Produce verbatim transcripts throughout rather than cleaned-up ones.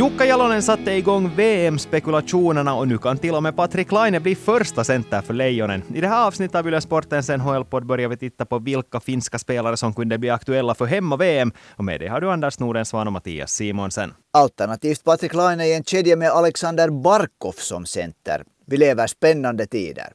Jukka Jalonen satte igång V M-spekulationerna och nu kan till och med Patrik Laine bli första center för Lejonen. I det här avsnittet av Yle Sportens N H L-podd börjar vi titta på vilka finska spelare som kunde bli aktuella för hemma-V M. Och med det har du Anders Nordensvan och Mattias Simonsen. Alternativt Patrik Laine i en kedja med Alexander Barkov som center. Vi lever spännande tider.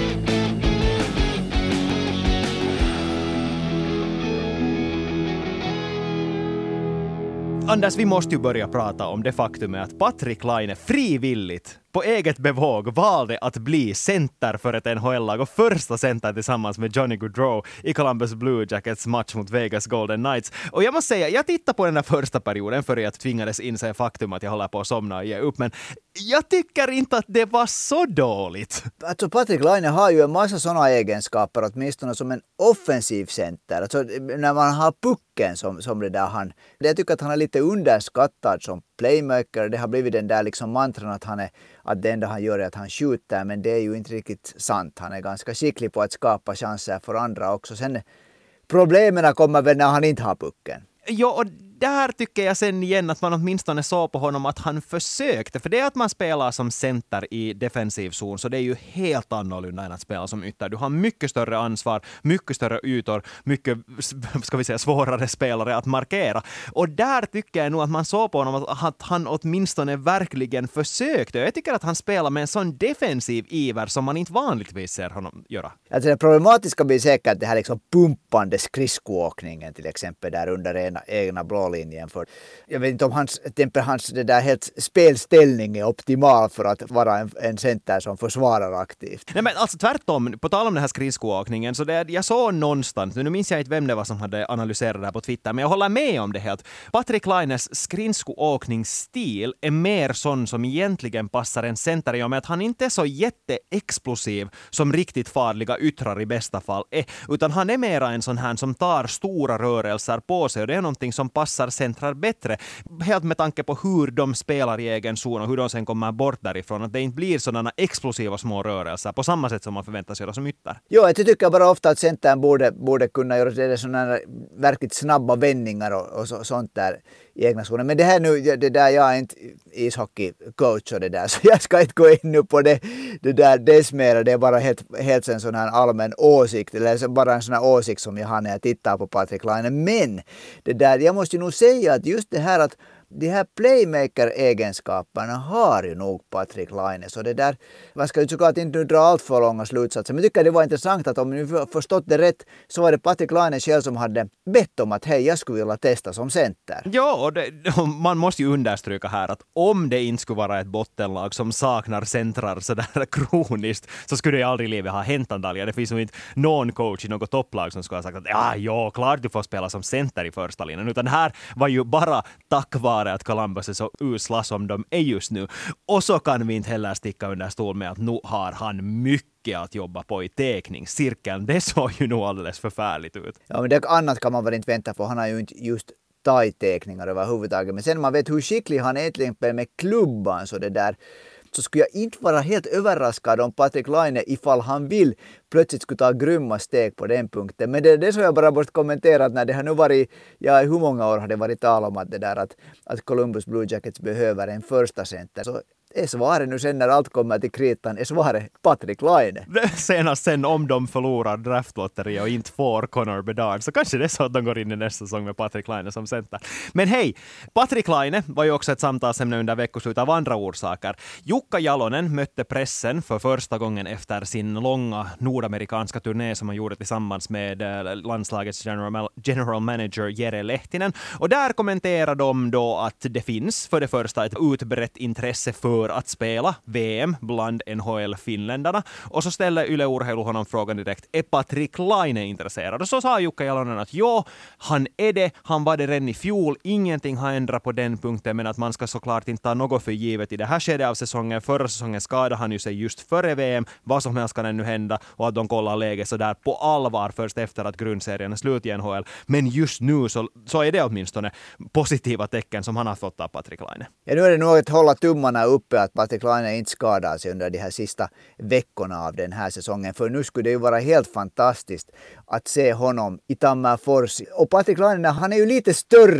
Anders, vi måste ju börja prata om det faktum att Patrik Laine frivilligt på eget bevåg valde att bli center för ett N H L-lag och första center tillsammans med Johnny Gaudreau i Columbus Blue Jackets match mot Vegas Golden Knights. Och jag måste säga, jag tittade på den här första perioden för jag tvingades inse faktum att jag håller på att somna och ge upp, men jag tycker inte att det var så dåligt. Alltså Patrik Laine har ju en massa sådana egenskaper, åtminstone som en offensiv center. Alltså när man har pucken som, som det där han... Jag tycker att han är lite underskattad som playmaker. Det har blivit den där liksom mantran att han är att det enda han gör är att han skjuter, men det är ju inte riktigt sant. Han är ganska skicklig på att skapa chanser för andra också. Sen problemen kommer väl när han inte har pucken. Ja, och där tycker jag sen igen att man åtminstone såg på honom att han försökte. För det är att man spelar som center i defensiv zon, så det är ju helt annorlunda än att spela som ytter. Du har mycket större ansvar, mycket större ytor, mycket, ska vi säga, svårare spelare att markera. Och där tycker jag nog att man såg på honom att han åtminstone verkligen försökte. Jag tycker att han spelar med en sån defensiv iver som man inte vanligtvis ser honom göra. Alltså det problematiska blir säkert det här liksom pumpande skridskoåkningen till exempel där under ena, egna blå linjen. För jag vet inte om hans, temper, hans det där helt spelställning är optimal för att vara en, en center som försvarar aktivt. Nej, men alltså tvärtom, på tal om den här skridskoåkningen, så det, jag såg någonstans, nu minns jag inte vem det var som hade analyserat det här på Twitter, men jag håller med om det helt. Patrik Laines skridskoåkningsstil är mer sån som egentligen passar en center i och med att han inte är så jätteexplosiv som riktigt farliga yttrar i bästa fall är, utan han är mera en sån här som tar stora rörelser på sig och det är någonting som passar centrar bättre. Helt med tanke på hur de spelar i egen zon och hur de sen kommer bort därifrån. Att det inte blir sådana explosiva små rörelser på samma sätt som man förväntas göra som ytter. Jo, jag tycker bara ofta att centern borde, borde kunna göra det sådana verkligt snabba vändningar och, och så, sånt där i egna zonen. Men det här nu, det där, jag är inte ishockeycoach och det där, så jag ska inte gå in nu på det, det där desmera. Det är bara helt, helt en sån här allmän åsikt, eller bara en sån här åsikt som jag har när jag tittar på Patrik Laine. Men det där, jag måste ju nog säga att just det här att de här playmaker-egenskaperna har ju nog Patrik Laine. Så det där, man ska ju såklart inte dra allt för långa slutsatser. Men jag tycker det var intressant att om ni förstått det rätt så var det Patrik Laine själv som hade bett om att hej, jag skulle vilja testa som center. Ja, och det, man måste ju understryka här att om det inte skulle vara ett bottenlag som saknar centrar sådär kroniskt så skulle det aldrig i livet ha hänt Antalya. Det finns ju inte någon coach i något topplag som skulle ha sagt att ja, ja, klart du får spela som center i första linjen. Utan det här var ju bara tack vare att Columbus är så usla som de är just nu. Och så kan vi inte heller sticka under stol med att nu har han mycket att jobba på i tekningscirkeln. Det såg ju nog alldeles förfärligt ut. Ja, men det annat kan man väl inte vänta på. Han har ju inte just thai-teckningar överhuvudtaget. Men sen man vet hur skicklig han är med klubban så det där, så skulle jag inte vara helt överraskad om Patrik Laine, ifall han vill, plötsligt skulle ta grymma steg på den punkten. Men det är det som jag bara måste kommentera, att när det har nu varit, ja, hur många år har det varit tal om att det där att, att Columbus Blue Jackets behöver en första center. Så är svaret nu sen när allt kommer till kritan, är svaret Patrik Laine. Senast sen om de förlorar draftlotteriet och inte får Connor Bedard så kanske det är så att de går in i nästa säsong med Patrik Laine som center. Men hej, Patrik Laine var ju också ett samtalsämne under veckoslut av andra orsaker. Jukka Jalonen mötte pressen för första gången efter sin långa nordamerikanska turné som han gjorde tillsammans med landslagets general, general manager Jere Lehtinen. Och där kommenterade de då att det finns för det första ett utbrett intresse för att spela V M bland N H L-finländarna. Och så ställer Yle Urheilu honom frågan direkt, är Patrik Laine intresserad? Och så sa Jukka Jalonen att ja, han är det. Han var det redan i fjol. Ingenting har ändrat på den punkten, men att man ska såklart inte ta något för givet i det här skedet av säsongen. Förra säsongen skadade han ju sig just före V M. Vad som helst kan ännu hända och att de kollar läget så där på allvar först efter att grundserien är slut i N H L. Men just nu så, så är det åtminstone positiva tecken som han har fått av Patrik Laine. Ja, nu är det nog att hålla tummarna uppe att Patrik Laine inte skadar sig under de här sista veckorna av den här säsongen. För nu skulle det ju vara helt fantastiskt att se honom i Tammerfors. Och Patrik Laine, han är ju lite större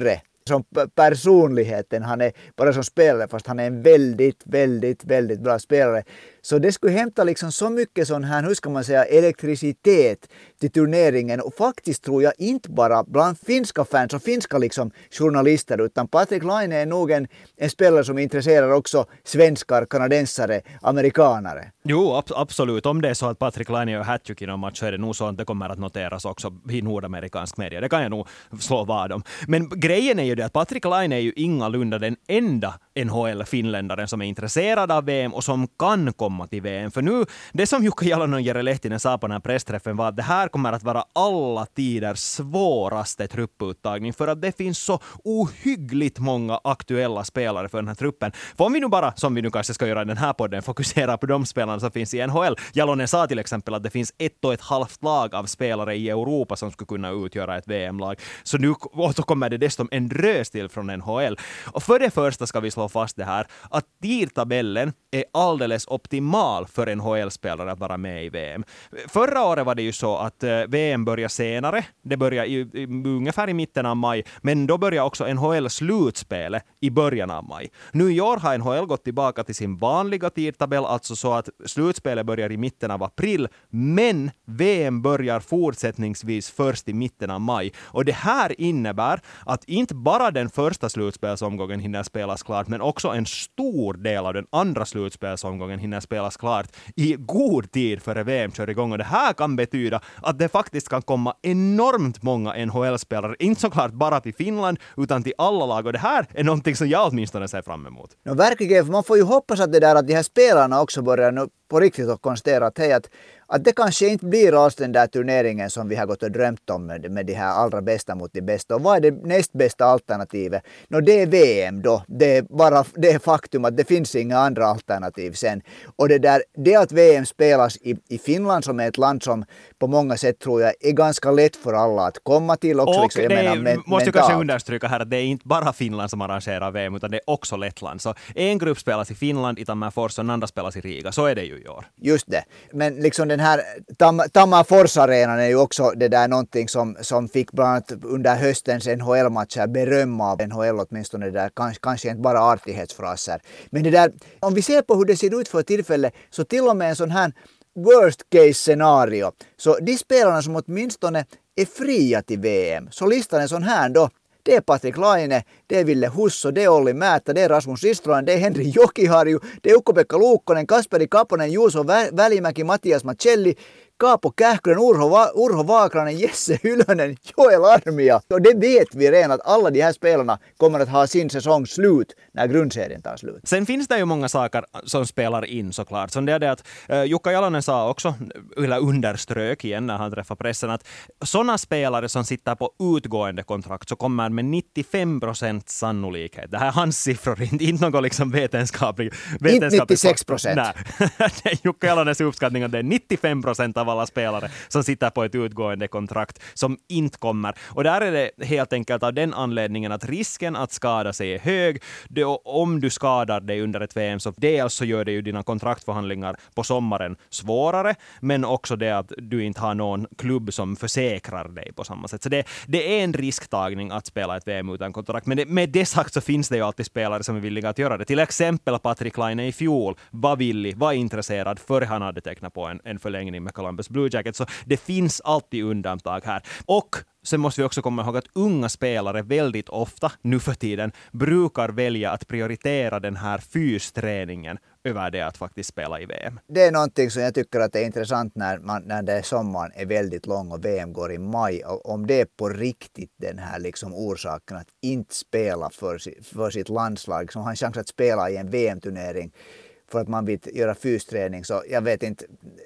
som personligheten. Han är bara som spelare, fast han är en väldigt, väldigt, väldigt bra spelare. Så det skulle hämta liksom så mycket sån här, hur ska man säga, elektricitet till turneringen. Och faktiskt tror jag inte bara bland finska fans och finska liksom journalister, utan Patrik Laine är nog en, en spelare som intresserar också svenskar, kanadensare, amerikanare. Jo, ab- absolut. Om det är så att Patrik Laine gör hattrick i någon match så är det nog så att det kommer att noteras också i nordamerikansk media. Det kan jag nog slå vad om. Men grejen är ju det att Patrik Laine är ju ingalunda den enda N H L-finländaren som är intresserad av V M och som kan komma till V M. För nu, det som Jukka Jalonen och Jere Lehtinen sa på den här pressträffen var att det här kommer att vara alla tiders svåraste trupputtagning för att det finns så ohyggligt många aktuella spelare för den här truppen. För om vi nu bara, som vi nu kanske ska göra i den här podden, fokusera på de spelarna som finns i N H L. Jalonen sa till exempel att det finns ett och ett halvt lag av spelare i Europa som skulle kunna utgöra ett V M-lag. Så nu återkommer det dessutom en drös till från N H L. Och för det första ska vi slå fast det här att tidtabellen är alldeles optimal för N H L-spelare att vara med i V M. Förra året var det ju så att V M började senare. Det började i, i, ungefär i mitten av maj. Men då började också N H L-slutspelet i början av maj. Nu i år har N H L gått tillbaka till sin vanliga tidtabell, alltså så att slutspelet börjar i mitten av april. Men V M börjar fortsättningsvis först i mitten av maj. Och det här innebär att inte bara den första slutspelsomgången hinner spelas klart, men också en stor del av den andra slutspelsomgången hinner spelas klart i god tid före V M kör igång. Och det här kan betyda att det faktiskt kan komma enormt många N H L-spelare, inte såklart bara till Finland, utan till alla lag. Och det här är någonting som jag åtminstone ser fram emot. No, verkligen, för man får ju hoppas att det där att de här spelarna också börjar nu på riktigt att konstatera att, hej, att, att det kanske inte blir alls den där turneringen som vi har gått och drömt om med, med de här allra bästa mot de bästa. Och vad är det näst bästa alternativet? No, det är V M då. Det är bara det är faktum att det finns inga andra alternativ sen. Och det där, det att V M spelas i, i Finland, som är ett land som på många sätt tror jag är ganska lätt för alla att komma till också. Och liksom, jag det menar, är, men, måste mentalt. kanske understryka här att det är inte bara Finland som arrangerar V M, utan det är också Lettland. Så en grupp spelas i Finland, i Tammerfors, och en andra spelas i Riga. Så är det ju i år. Just det. Men liksom den här Tam- Tammerfors-arenan är ju också det där någonting som, som fick bland annat under höstens N H L-matcher beröm av N H L, åtminstone det där, kanske, kanske inte bara artighetsfraser. Men det där, om vi ser på hur det ser ut för tillfället, så till och med en sån här worst case scenario, så de spelarna som åtminstone är fria till V M, så listan är sån här då. Det är Patrik Laine, det är Ville Husso, det är Olli Määttä, det är Rasmus Ristronen, det är Henri Jokiharju, det är Ukko-Pekka Luukkonen, Kasperi Kaponen, Juuso Välimäki, Matias Macelli, Kaapo Kähkönen, Urho, Va- Urho Vaakranen, Jesse Hylönen, Joel Armia. Och det vet vi redan att alla de här spelarna kommer att ha sin säsong slut när grundserien tar slut. Sen finns det ju många saker som spelar in såklart. Som det är det att uh, Jukka Jalonen sa också, eller underströk igen när han träffade pressen, att sådana spelare som sitter på utgående kontrakt så kommer med nittiofem procent sannolikhet. Det här är hans siffror, inte, inte något liksom vetenskapligt. Inte nittiosex procent. Nej, det är Jukka Jalonens uppskattning att det är nittiofem procent av alla spelare som sitter på ett utgående kontrakt som inte kommer. Och där är det helt enkelt av den anledningen att risken att skada sig är hög. Det, om du skadar dig under ett V M så dels så gör det ju dina kontraktförhandlingar på sommaren svårare, men också det att du inte har någon klubb som försäkrar dig på samma sätt. Så det, det är en risktagning att spela ett V M utan kontrakt. Men det, med det sagt så finns det ju alltid spelare som är villiga att göra det. Till exempel Patrik Laine i fjol var villig, var intresserad för han hade tecknat på en, en förlängning med Columbus Blue Jackets. Så det finns alltid undantag här. Och sen måste vi också komma ihåg att unga spelare väldigt ofta nu för tiden brukar välja att prioritera den här fysträningen över det att faktiskt spela i V M. Det är någonting som jag tycker att är intressant när, man, när det sommaren är väldigt lång och V M går i maj. Och om det är på riktigt den här liksom orsaken att inte spela för, för sitt landslag, som har en chans att spela i en V M-turnering för att man vill göra fysträning, så jag vet inte,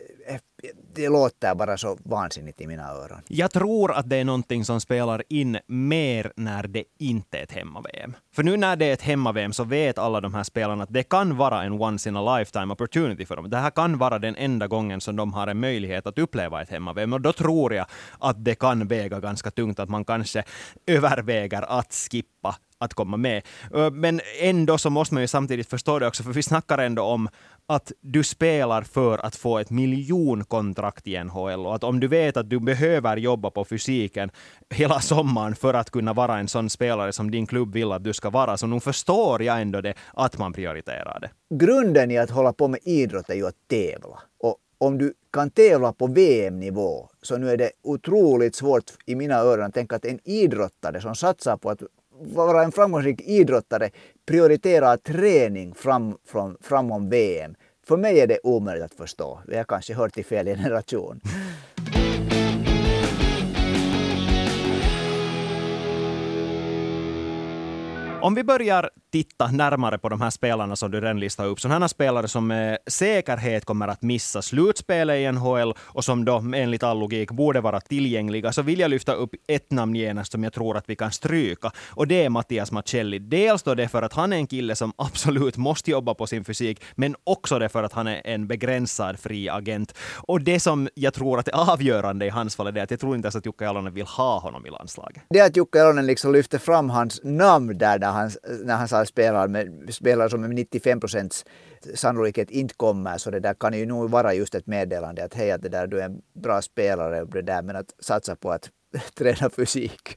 det låter bara så vansinnigt i mina öron. Jag tror att det är någonting som spelar in mer när det inte är ett hemma-V M. För nu när det är ett hemma-V M så vet alla de här spelarna att det kan vara en once in a lifetime opportunity för dem. Det här kan vara den enda gången som de har en möjlighet att uppleva ett hemma-V M. Och då tror jag att det kan väga ganska tungt, att man kanske överväger att skippa att komma med. Men ändå så måste man ju samtidigt förstå det också, för vi snackar ändå om att du spelar för att få ett miljonkontrakt i N H L, och att om du vet att du behöver jobba på fysiken hela sommaren för att kunna vara en sån spelare som din klubb vill att du ska vara, så nu förstår jag ändå det att man prioriterar det. Grunden i att hålla på med idrott är ju att tävla. Och om du kan tävla på V M-nivå, så nu är det otroligt svårt i mina öron att tänka att en idrottare som satsar på att vara en framgångsrik idrottare prioriterar träning fram, fram, framom V M. För mig är det omöjligt att förstå. Jag kanske hör till fel generation. Om vi börjar titta närmare på de här spelarna som du redan listar upp, sådana här spelare som med säkerhet kommer att missa slutspelet i N H L och som då enligt all logik borde vara tillgängliga, så vill jag lyfta upp ett namn genast som jag tror att vi kan stryka, och det är Mattias Maccelli. Dels då det för att han är en kille som absolut måste jobba på sin fysik, men också det för att han är en begränsad fri agent. Och det som jag tror att är avgörande i hans fall är det att jag tror inte ens att Jukka Jalonen vill ha honom i landslaget. Det att Jukka Jalonen liksom lyfter fram hans namn där, där han, när han sa spelar med spelare som med nittiofem procent sannolikhet inte kommer, så det där kan ju nog vara just ett meddelande att hej, att det där, du är en bra spelare och det där, men att satsa på att träna fysik.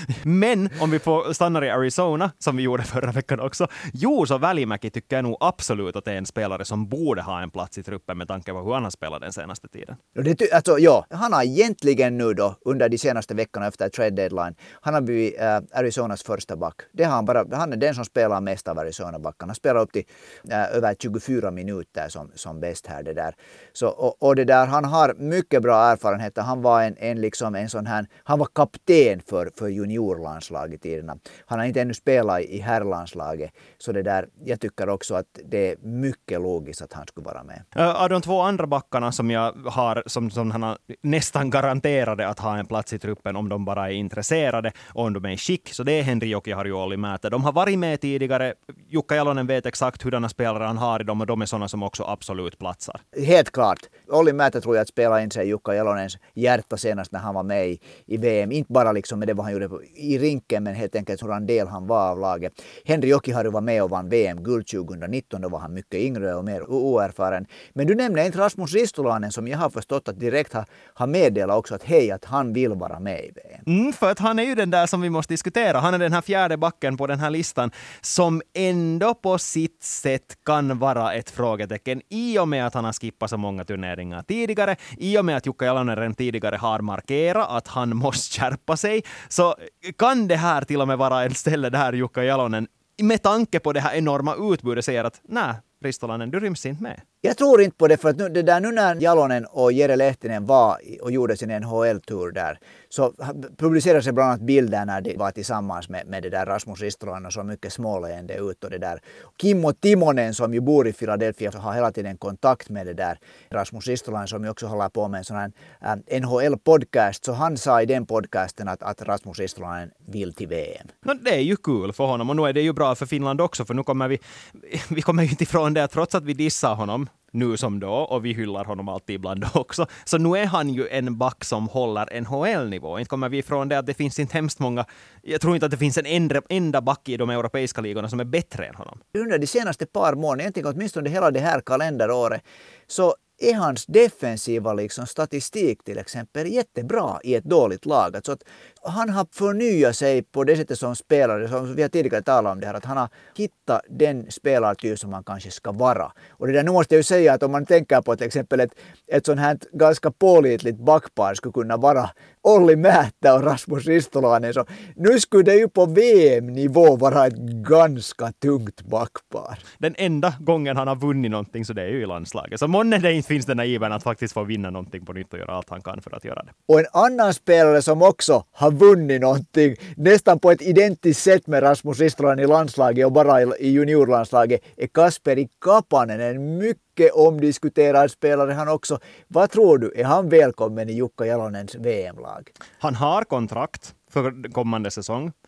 Men om vi får stanna i Arizona, som vi gjorde förra veckan också, Juuso Välimäki tycker jag nog absolut att det är en spelare som borde ha en plats i truppen med tanke på hur han har spelat den senaste tiden. Det, alltså, ja, han har egentligen nu då under de senaste veckorna efter trade deadline, han har blivit äh, Arizonas första back. Det har han, bara, han är den som spelar mest av Arizona-backarna. Han spelar upp till äh, över tjugofyra minuter som, som bäst här. Det där. Så, och, och det där, han har mycket bra erfarenheter. Han var en, en, liksom en sån här, han var kapten för, för juniorlandslaget i tiderna. Han har inte ännu spelat i herrlandslaget. Så det där, jag tycker också att det är mycket logiskt att han skulle vara med. Uh, av de två andra backarna som jag har, som, som han har nästan garanterade att ha en plats i truppen om de bara är intresserade och om de är i skick, så det är Henri Jokiharju och Olli Määttä. De har varit med tidigare. Jukka Jalonen vet exakt hurdana spelare han har i dem, och de är sådana som också absolut platsar. Helt klart. Olli Määttä tror jag att spela in sig Jukka Jalonens hjärta senast när han var med i, i V M. Inte bara liksom med det vad han gjorde i rinken, men helt enkelt hur en del han var av laget. Henri Jokiharju var med och vann V M-guld tjugonitton. Då var han mycket yngre och mer oerfaren. Men du nämnde inte Rasmus Ristolainen, som jag har förstått att direkt har, har meddelat också att hej, att han vill vara med i V M. Mm, för att han är ju den där som vi måste diskutera. Han är den här fjärde backen på den här listan som ändå på sitt sätt kan vara ett frågetecken i och med att han har skippat så många turneringar tidigare, i och med att Jukka Jalonen redan tidigare har markerat att han måste skärpa sig, så kan det här till och med vara en ställe där Jukka Jalonen med tanke på det här enorma utbudet säger att nej, Ristolainen, du ryms inte med. Jag tror inte på det, för att nu, det där, nu när Jalonen och Jere Lehtinen var och gjorde sin N H L-tur där, så publicerades bland annat bilder när de var tillsammans med, med det där Rasmus Ristolainen och så mycket småleende ut och det där. Kimmo Timonen, som ju bor i Philadelphia, har hela tiden kontakt med det där Rasmus Ristolainen, som ju också håller på med en sån här äh, N H L-podcast, så han sa i den podcasten att, att Rasmus Ristolainen vill till V M. No, det är ju kul för honom, och nu är det ju bra för Finland också, för nu kommer vi, vi kommer ju inte ifrån det att trots att vi dissar honom nu som då, och vi hyllar honom alltid ibland också, så nu är han ju en back som håller N H L-nivå. Inte kommer vi ifrån det att det finns inte hemskt många, jag tror inte att det finns en enda, enda back i de europeiska ligorna som är bättre än honom. Under de senaste par månaderna, egentligen åtminstone hela det här kalenderåret, så är hans defensiva liksom statistik till exempel jättebra i ett dåligt lag. Alltså att han har förnyat sig på det sättet som spelare, som vi har tidigare talat om det här, att han har hittat den spelartyp som man kanske ska vara. Och det där, nu måste jag ju säga att om man tänker på till exempel ett, ett sånt här ganska pålitligt backpar skulle kunna vara Olli Määttä och Rasmus Ristolainen, så nu skulle det ju på V M-nivå vara ett ganska tungt backpar. Den enda gången han har vunnit någonting så det är ju i landslaget. Så månne det inte finns den här ivern att faktiskt få vinna någonting på nytt och göra allt han kan för att göra det. Och en annan spelare som också har vunnit någonting nästan på ett identiskt sätt med Rasmus Ristolainen i landslaget och bara i juniorlandslaget är Kasperi Kapanen, en mycket omdiskuterad spelare han också. Vad tror du, är han välkommen i Jukka Jalonens V M-lag? Han har kontrakt för kommande säsong.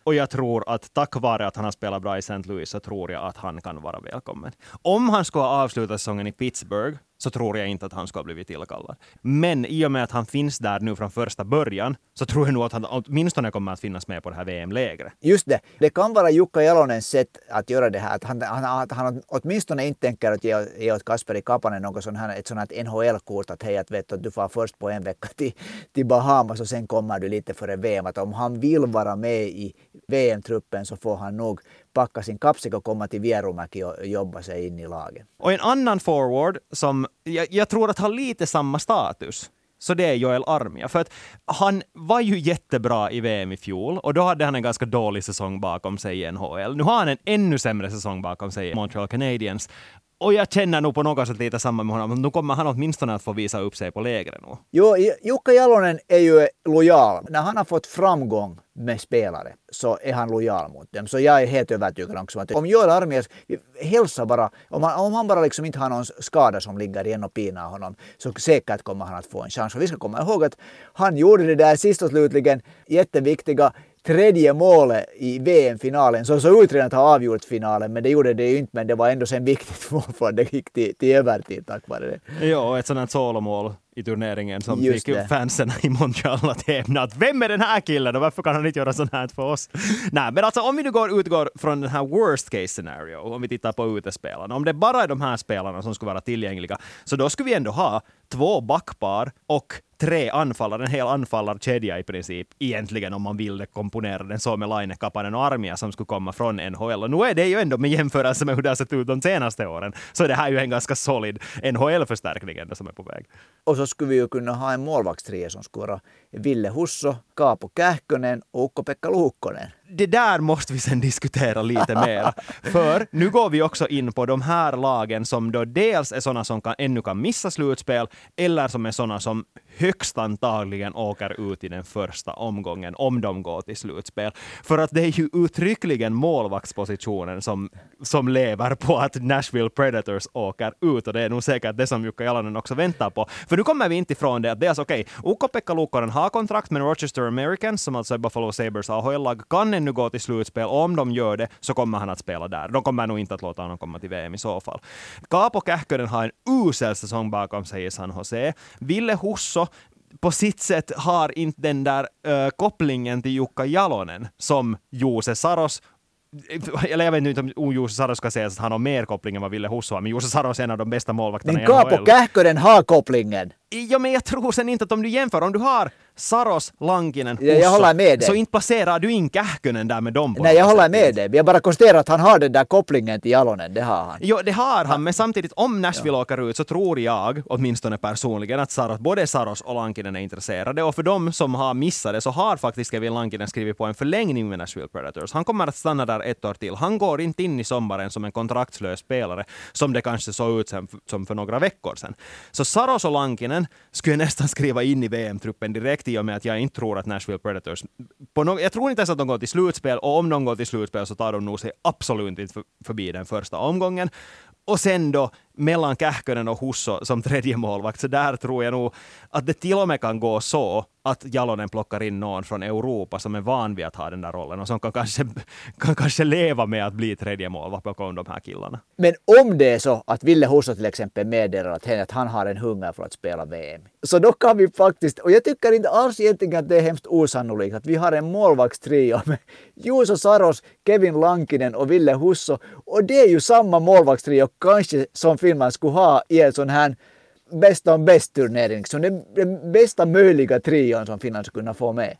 Och jag tror att tack vare att han har spelat bra i Saint Louis så tror jag att han kan vara välkommen. Om han skulle ha avslutat säsongen i Pittsburgh så tror jag inte att han ska ha blivit tillkallad. Men i och med att han finns där nu från första början så tror jag nog att han åtminstone kommer att finnas med på det här V M-lägret. Just det. Det kan vara Jukka Jalonens sätt att göra det här. Att han, han, att han åtminstone inte tänker att ge, ge åt Kasperi Kapanen något sån här, ett sånt här N H L-kort att hej, att vet att du får först på en vecka till, till Bahamas och sen kommer du lite före V M. Att om han vill vara med i V M-truppen så får han nog packa sin kapsik och komma till Vierumäki och jobba sig in i lagen. Och en annan forward som jag, jag tror att har lite samma status, så det är Joel Armia. För att han var ju jättebra i V M i fjol och då hade han en ganska dålig säsong bakom sig i N H L. Nu har han en ännu sämre säsong bakom sig i Montreal Canadiens. Och jag känner nog på något sätt lite samma med honom. Nu kommer han åtminstone att få visa upp sig på lägret nu. Jo, Jukka Jalonen är ju lojal. När han har fått framgång med spelare så är han lojal mot dem. Så jag är helt övertygad om att om Joel Armia hälsar bara, om han, om han bara liksom inte har någon skada som ligger igen och pinar honom, så säkert kommer han att få en chans. Och vi ska komma ihåg att han gjorde det där sist och slutligen jätteviktiga tredje målet i V M-finalen, som så utredan att ha avgjort finalen, men det gjorde det ju inte, men det var ändå sen viktigt mål för att det gick till, till övertid tack vare det. Ja, ett sådant här solomål i turneringen som Just fick det. fansen i Montreal att hämna att vem är den här killen och varför kan han inte göra sånt här för oss? Nej, men alltså om vi nu går, utgår från den här worst case scenario, om vi tittar på utespelarna, om det bara är de här spelarna som skulle vara tillgängliga, så då skulle vi ändå ha två backpar och tre anfallare, en hel anfallarkedja i princip, egentligen om man vill komponera den så med Laine, Kapanen och Armia som skulle komma från N H L. Och nu är det ju ändå med jämförelse med hur det har sett ut de senaste åren, så är det här ju en ganska solid N H L-förstärkning ändå som är på väg. Och så skulle vi ju kunna ha en målvaktstrio som skulle vara Ville Husso, Kaapo Kähkönen och Ukko-Pekka Luukkonen. Det där måste vi sen diskutera lite mer. För nu går vi också in på de här lagen som då dels är sådana som kan, ännu kan missa slutspel eller som är sådana som högst antagligen åker ut i den första omgången om de går till slutspel. För att det är ju uttryckligen målvaktspositionen som, som lever på att Nashville Predators åker ut och det är nog säkert det som Jukka Jalonen också väntar på. För nu kommer vi inte ifrån det att det är alltså okej, okay, Ukko-Pekka Luukkonen har kontrakt med Rochester Americans som alltså är Buffalo Sabres A H L-lag, kan ännu gå till slutspel och om de gör det så kommer han att spela där. De kommer nog inte att låta honom komma till V M i så fall. Kaapo Kähkönen har en usel säsong bakom sig i San Jose. Ville Husso på sitt sätt har inte den där uh, kopplingen till Jukka Jalonen som Juuse Saros. Eller jag vet inte om Juuse Saros ska säga att han har mer koppling än vad Ville Husso har, men Juuse Saros är en av de bästa målvakterna i N H L. Men Kaapo Kähkönen har kopplingen. Ja, men jag tror sen inte att om du jämför, om du har Saros, Lankinen, Husso, ja, jag håller med dig. Så inte placerar du in Kähkönen där med dem. På Nej, jag håller sätt. med dig. Jag bara konstaterar att han har den där kopplingen till Jalonen, det har han. Jo, det har han, men samtidigt om Nashville ja. åker ut så tror jag, åtminstone personligen, att Saros, både Saros och Lankinen är intresserade. Och för dem som har missat det så har faktiskt Kevin Lankinen skrivit på en förlängning med Nashville Predators. Han kommer att stanna där ett år till. Han går inte in i sommaren som en kontraktslös spelare som det kanske såg ut som, som för några veckor sedan. Så Saros och Lankinen skulle nästan skriva in i V M-truppen direkt i och med att jag inte tror att Nashville Predators på no- jag tror inte ens att de går till slutspel, och om de går till slutspel så tar de nog sig absolut inte för- förbi den första omgången. Och sen då mellan Kähkönen och Husso som tredje målvakt, så där tror jag nog att det till och med kan gå så att Jalonen plockar in någon från Europa som är van vid att ha den där rollen och som kan kanske, kan kanske leva med att bli tredje målvakt bakom de här killarna. Men om det är så att Ville Husso till exempel meddelar att, att han har en hunger för att spela V M, så då kan vi faktiskt, och jag tycker inte alls egentligen att det är hemskt osannolikt att vi har en målvaktstrio med Juuso Saros, Kevin Lankinen och Ville Husso, och det är ju samma målvaktstrio kanske som Finland skulle ha i en sån här bästa om bäst turnering, så det är den bästa möjliga trion som Finland skulle kunna få med.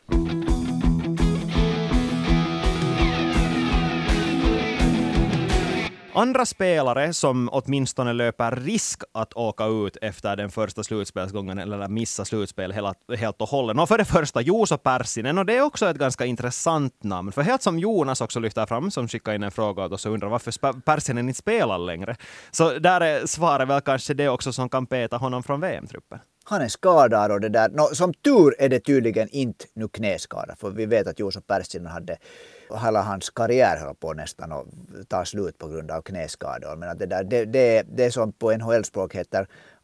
Andra spelare som åtminstone löper risk att åka ut efter den första slutspelsgången eller missa slutspel helt, helt och hållet. Och för det första Juuso Pärssinen, och det är också ett ganska intressant namn. För helt som Jonas också lyfter fram, som skickar in en fråga och så undrar varför Pärssinen inte spelar längre. Så där är svaret väl kanske det också som kan peta honom från V M-truppen. Han är skadad och det där. No, som tur är det tydligen inte nu knäskada. För vi vet att Juuso Pärssinen hade hela hans karriär höll på nästan att ta slut på grund av knäskador. Men att det, där, det, det, det som på N H L-språk heter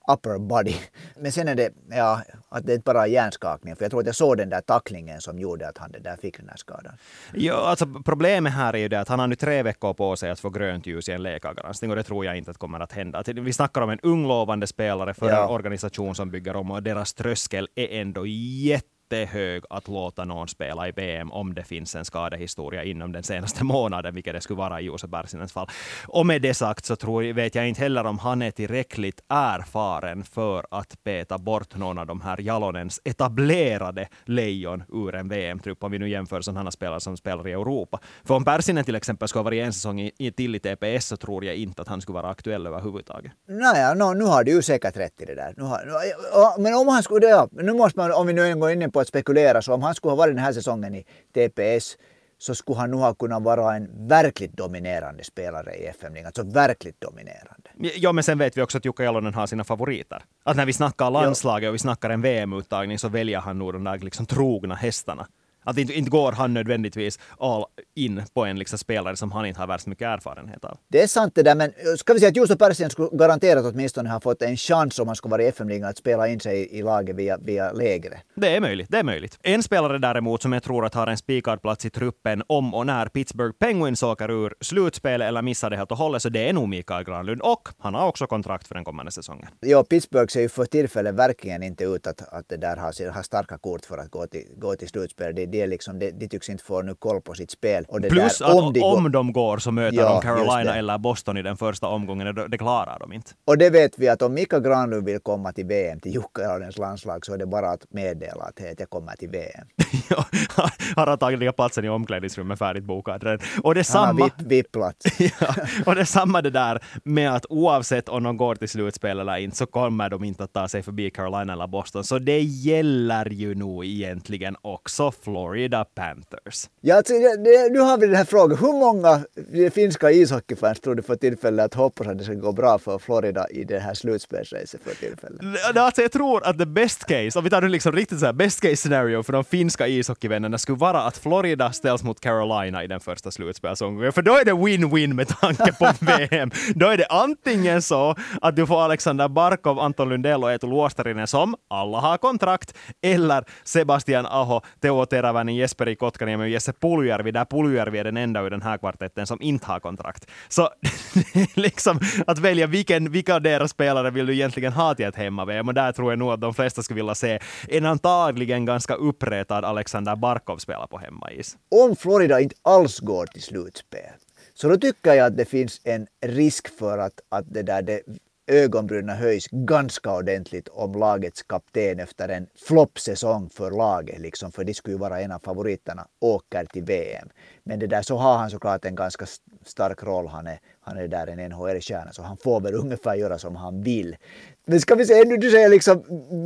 upper body. Men sen är det, ja, att det är inte bara hjärnskakning. För jag tror att jag såg den där tacklingen som gjorde att han det där fick den här skadan. Ja, alltså problemet här är ju det att han har nu tre veckor på sig att få grönt ljus i en läkargranskning och det tror jag inte att kommer att hända. Vi snackar om en ung lovande spelare för ja. en organisation som bygger om och deras tröskel är ändå jätte hög att låta någon spela i B M om det finns en skadehistoria inom den senaste månaden, vilket det skulle vara i Juuse Pärsinens fall. Och med det sagt så tror, vet jag inte heller om han är tillräckligt erfaren för att peta bort någon av de här Jalonens etablerade lejon ur en V M-trupp, om vi nu jämför som han har spelat som spelar i Europa. För om Pärsinen till exempel skulle ha varit en säsong i, i till i T P S så tror jag inte att han skulle vara aktuell överhuvudtaget. Naja, no, nu har du ju säkert rätt i det där. Nu har, men om han skulle, ja, nu måste man, om vi nu går in på att spekulera, så om han skulle ha varit den här säsongen i T P S så skulle han nu ha kunnat vara en verkligt dominerande spelare i F M-ligan. Alltså verkligt dominerande. Ja, men sen vet vi också att Jukka Jalonen har sina favoriter. Att när vi snackar landslaget och vi snackar en V M-uttagning så väljer han nog de där liksom trogna hästarna. Att inte, inte går han nödvändigtvis all in på en liksom spelare som han inte har värst mycket erfarenhet av. Det är sant det där, men ska vi säga att Juuso Pärssinen skulle garanterat åtminstone ha fått en chans om han skulle vara i F M-ligan att spela in sig i laget via, via lägre. Det är möjligt, det är möjligt. En spelare däremot som jag tror att har en spikad plats i truppen om och när Pittsburgh Penguins åker ur slutspel eller missar det helt och hållet, så det är nog Mikael Granlund, och han har också kontrakt för den kommande säsongen. Ja, Pittsburgh ser ju för tillfället verkligen inte ut att, att det där har, har starka kort för att gå till, gå till slutspel. Det, det är liksom, det, de tycks inte få nu koll på sitt spel. Och det Plus där, att om de, om går, de går så möter ja, de Carolina eller Boston i den första omgången, det, det klarar de inte. Och det vet vi att om Mikael Granlund vill komma till V M, till Jukka Jalonens landslag, så är det bara att meddela att hej, jag kommer till V M. Ja, har han tagit platsen i omklädningsrummet färdigt bokad. Och det är han samma, har VIP-plats. Ja, och det är samma det där med att oavsett om de går till slutspel eller inte så kommer de inte att ta sig förbi Carolina eller Boston. Så det gäller ju nog egentligen också Florida Panthers. Ja, alltså, det, nu har vi den här frågan. Hur många finska ishockeyfans tror du får tillfälle att hoppas att det ska gå bra för Florida i det här slutspelsracet för tillfället? Alltså, jag tror att the best case, om vi tar det liksom riktigt så här best case scenario för de finska ishockeyvännerna skulle vara att Florida ställs mot Carolina i den första slutspelsomgången. För då är det win-win med tanke på V M. Då är det antingen så att du får Alexander Barkov, Anton Lundell och Eetu Luostarinen som alla har kontrakt, eller Sebastian Aho, Teuvo Teräväinen, Jesperi Kotkaniemi och Jesse Puljujärvi, där Puljujärvi är den enda ur den här kvartetten som inte har kontrakt. Så liksom att välja vilken, vilka av deras spelare vill du egentligen ha till ett hemma-V M, och där tror jag nog att de flesta skulle vilja se en antagligen ganska uppretad Alexander Barkov spela på hemmais. Om Florida inte alls går till slutspel, så då tycker jag att det finns en risk för att, att det där det ögonbrynen höjs ganska ordentligt om lagets kapten efter en floppsäsong för laget, liksom, för det skulle ju vara en av favoriterna, åker till V M. Men det där så har han såklart en ganska stark roll. Han är, han är där en N H L-stjärna, så han får väl ungefär göra som han vill. Men ska vi säga, du säger liksom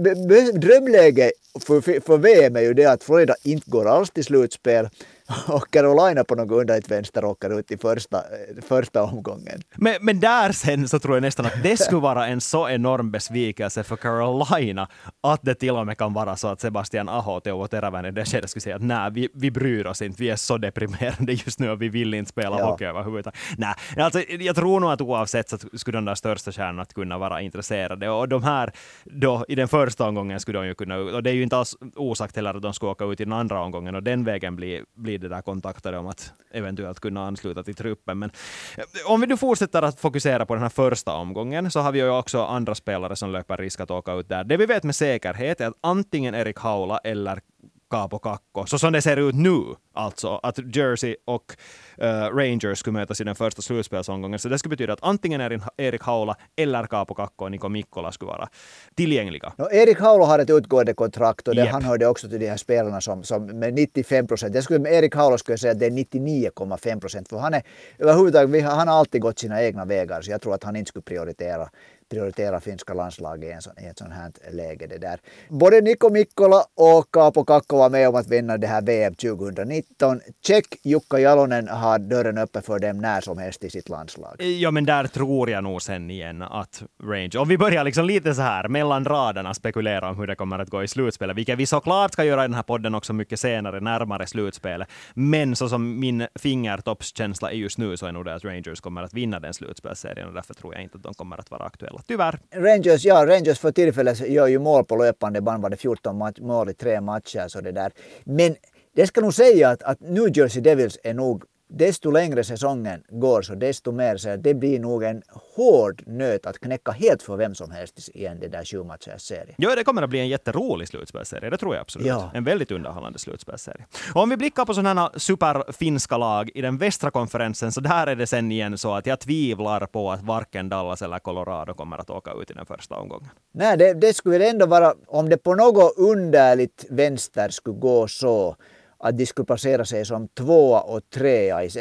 drömläge för, för V M är ju det att Florida inte går alls till slutspel och Carolina på något underligt vänster åker ut i första, första omgången. Men, men där sen så tror jag nästan att det skulle vara en så enorm besvikelse för Carolina att det till och med kan vara så att Sebastian Aho och Teuvo Teräväinen det skedet skulle säga att nej, vi, vi bryr oss inte, vi är så deprimerade just nu och vi vill inte spela ja. hockey överhuvudtaget. Nej, alltså, jag tror nog att oavsett så skulle de där största stjärnorna att kunna vara intresserade, och de här då i den första omgången skulle de ju kunna, och det är ju inte alls osagt heller att de ska åka ut i den andra omgången och den vägen blir, blir det där kontaktade om att eventuellt kunna ansluta till truppen. Men om vi nu fortsätter att fokusera på den här första omgången så har vi ju också andra spelare som löper risk att åka ut där. Det vi vet med säkerhet är att antingen Erik Haula eller Kaapo Kakko, så som det ser ut nu, alltså att Jersey och uh, Rangers skulle mötas i den första slutspelsomgången, så det skulle betyda att antingen Erik Haula eller Kaapo Kakko och Niko Mikkola skulle vara tillgängliga. No, Erik Haula har ett utgående kontrakt och det, yep. han hörde också till de här spelarna som, som med nittiofem procent. Jag skulle, med Erik Haula skulle jag säga att det är nittionio komma fem procent, för han är överhuvudtaget, han har alltid gått sina egna vägar, så jag tror att han inte skulle prioritera prioritera finska landslaget i, en sån, i ett sånt här läge. Det där. Både Niko Mikkola och Kaapo Kakko var med om att vinna det här V M tjugonitton. Check, Jukka Jalonen har dörren öppen för dem när som helst i sitt landslag. Ja, men där tror jag nog sen igen att Rangers, om vi börjar liksom lite så här mellan raderna spekulera om hur det kommer att gå i slutspelet, vilket vi såklart ska göra i den här podden också mycket senare, närmare slutspelet. Men så som min fingertoppskänsla är just nu så är nog det att Rangers kommer att vinna den slutspelsserien, och därför tror jag inte att de kommer att vara aktuella spela. Tyvärr. Rangers, ja, Rangers för tillfället gör ju mål på löpande band, var det fjorton match, mål i tre matcher. Så det där. Men det ska nog säga att, att New Jersey Devils är nog, desto längre säsongen går så desto mer så det blir nog en hård nöt att knäcka helt för vem som helst i en det där sju matchers serie. Ja, det kommer att bli en jätterolig slutspelsserie, det tror jag absolut. Ja. En väldigt underhållande slutspelsserie. Och om vi blickar på sådana här superfinska lag i den västra konferensen, så där är det sen igen så att jag tvivlar på att varken Dallas eller Colorado kommer att åka ut i den första omgången. Nej, det, det skulle väl ändå vara, om det på något underligt vänster skulle gå så att de skulle placera sig som tvåa och trea i,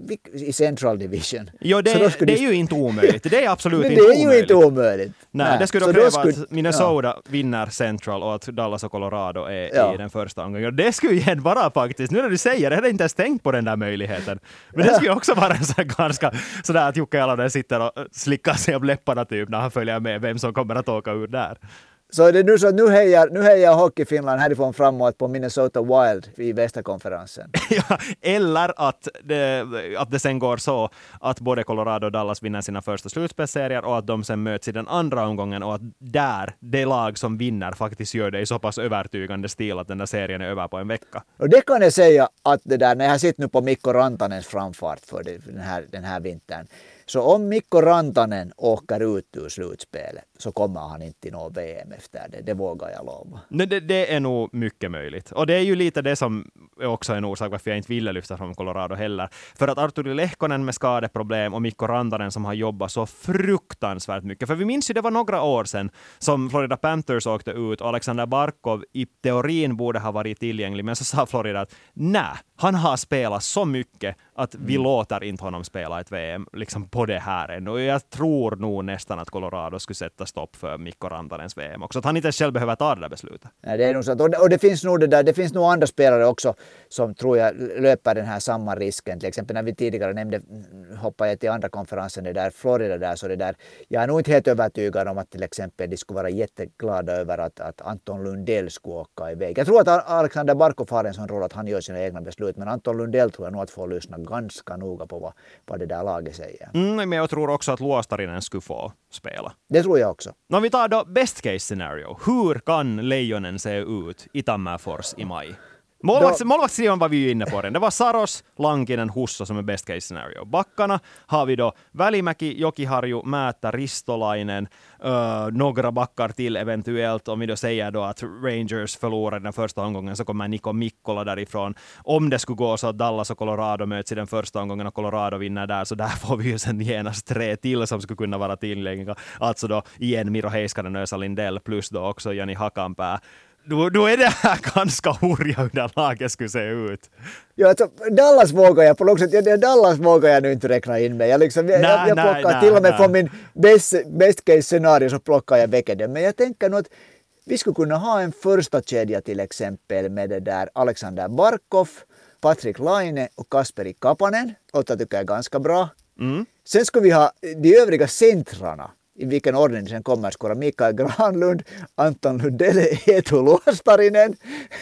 i Central Division. Jo, det, är, det de... är ju inte omöjligt. Det är absolut Men inte omöjligt. det är ju inte omöjligt. Nej, Nej. Det skulle då kräva skulle... att Minnesota ja. vinner Central och att Dallas och Colorado är ja. i den första omgången. Det skulle ju vara faktiskt, nu när du säger det, jag hade inte ens tänkt på den där möjligheten. Men det skulle också vara en sån ganska sådär att Jocke Alanen sitter och slickar sig av läpparna typ när han följer med vem som kommer att åka ur där. Så det är nu så nu hejar, nu hejar Hockey Finland härifrån framåt på Minnesota Wild i västerkonferensen. Ja, eller att det, att det sen går så att både Colorado och Dallas vinner sina första slutspelsserier och att de sen möts i den andra omgången och att där det lag som vinner faktiskt gör det i så pass övertygande stil att den där serien är över på en vecka. Och det kan jag säga att det där, när jag sitter nu på Mikko Rantanens framfart för det, den, här, den här vintern. Så om Mikko Rantanen åker ut ur slutspelet så kommer han inte till något V M efter det. Det vågar jag lova. Det, det, det är nog mycket möjligt. Och det är ju lite det som är också en orsak varför jag inte ville lyfta från Colorado heller. För att Arturi Lehkonen med skadeproblem och Mikko Rantanen som har jobbat så fruktansvärt mycket. För vi minns ju det var några år sedan som Florida Panthers åkte ut och Alexander Barkov i teorin borde ha varit tillgänglig. Men så sa Florida att nej, han har spelat så mycket att vi mm. låter inte honom spela ett V M liksom på det här än. Och jag tror nog nästan att Colorado skulle sätta stopp för Mikko Rantanens V M också. Att han inte själv behöver ta det där beslutet. Nej, det är nog sant. Och det, och det finns nog det där, det finns nog andra spelare också som tror jag löper den här samma risken. Till exempel när vi tidigare nämnde, hoppade jag till andra konferensen, det där Florida där, så det där. Jag är nog inte helt övertygad om att till exempel de skulle vara jätteglada över att, att Anton Lundell skulle åka iväg. Jag tror att Alexander Barkov har en sån roll att han gör sina egna beslut, men Anton Lundell tror jag nog att få lyssna ganska noga på vad, vad det där laget säger. Mm, men jag tror också att Luostarinen skulle få spela. Det tror jag också. När vi tar då best case scenario, hur kan Leijonen se ut i Tammerfors i maj? Målvakts, målvaktstrion var vi ju inne på den. Det var Saros, Lankinen, Husso som är best case scenario. Backarna har vi då Välimäki, Jokiharju, Määttä, Ristolainen, uh, några backar till eventuellt. Om vi då säger då att Rangers förlorar den första omgången så kommer Niko Mikkola därifrån. Om det skulle gå så att Dallas och Colorado möts i den första omgången och Colorado vinner där, så där får vi ju sen genast tre till som skulle kunna vara tillgängliga. Alltså då igen Miro Heiskanen och Esa Lindell plus då också Jani Hakanpää. Då, då är det här ganska hurja hur det laget skulle se ut. Ja, alltså, Dallas vågar jag på något sätt. Ja, Dallas vågar jag nu inte räkna in mig. Jag, liksom, jag, nej, jag plockar nej, till och med nej. från min best, best case scenario så plockar jag väck det. Men jag tänker nog att vi skulle kunna ha en första kedja till exempel med det där Alexander Barkov, Patrik Laine och Kasperi Kapanen. Och det tycker jag är ganska bra. Mm. Sen skulle vi ha de övriga centrarna. I vilken ordning sen kommer skora Mikael Granlund, Anton Lundell, Eetu Luostarinen.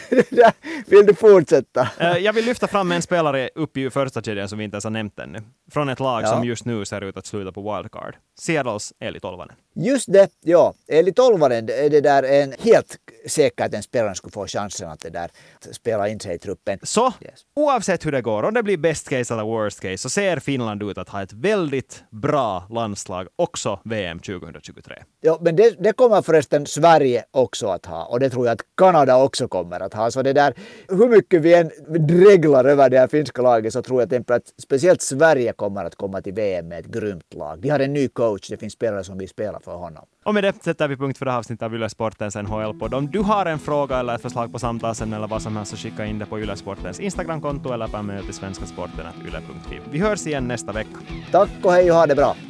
Vill du fortsätta? Jag vill lyfta fram en spelare upp i första kedjan som vi inte ens har nämnt ännu. Från ett lag ja. som just nu ser ut att sluta på wildcard. Seattles Eeli Tolvanen. Just det, ja. Eeli Tolvanen, det, det där är en helt säkert en spelare skulle få chansen att det där spela in sig i truppen. Så, yes. Oavsett hur det går, om det blir best case eller worst case, så ser Finland ut att ha ett väldigt bra landslag också V M tjugohundratjugotre. Ja, men det, det kommer förresten Sverige också att ha, och det tror jag att Kanada också kommer att ha. Så det där, hur mycket vi än dreglar över det här finska laget, så tror jag att speciellt Sverige kommer att komma till V M med ett grymt lag. De har en ny coach, det finns spelare som vill spela för honom. Och med det sätter vi punkt för det här avsnittet av Yle Sportens N H L-podd. Om du har en fråga eller ett förslag på samtalsen eller vad som helst, så skicka in det på Yle Sportens Instagram-konto eller på mail till svenskasporten at yle punkt fi. Vi hörs igen nästa vecka. Tack och hej och ha det bra.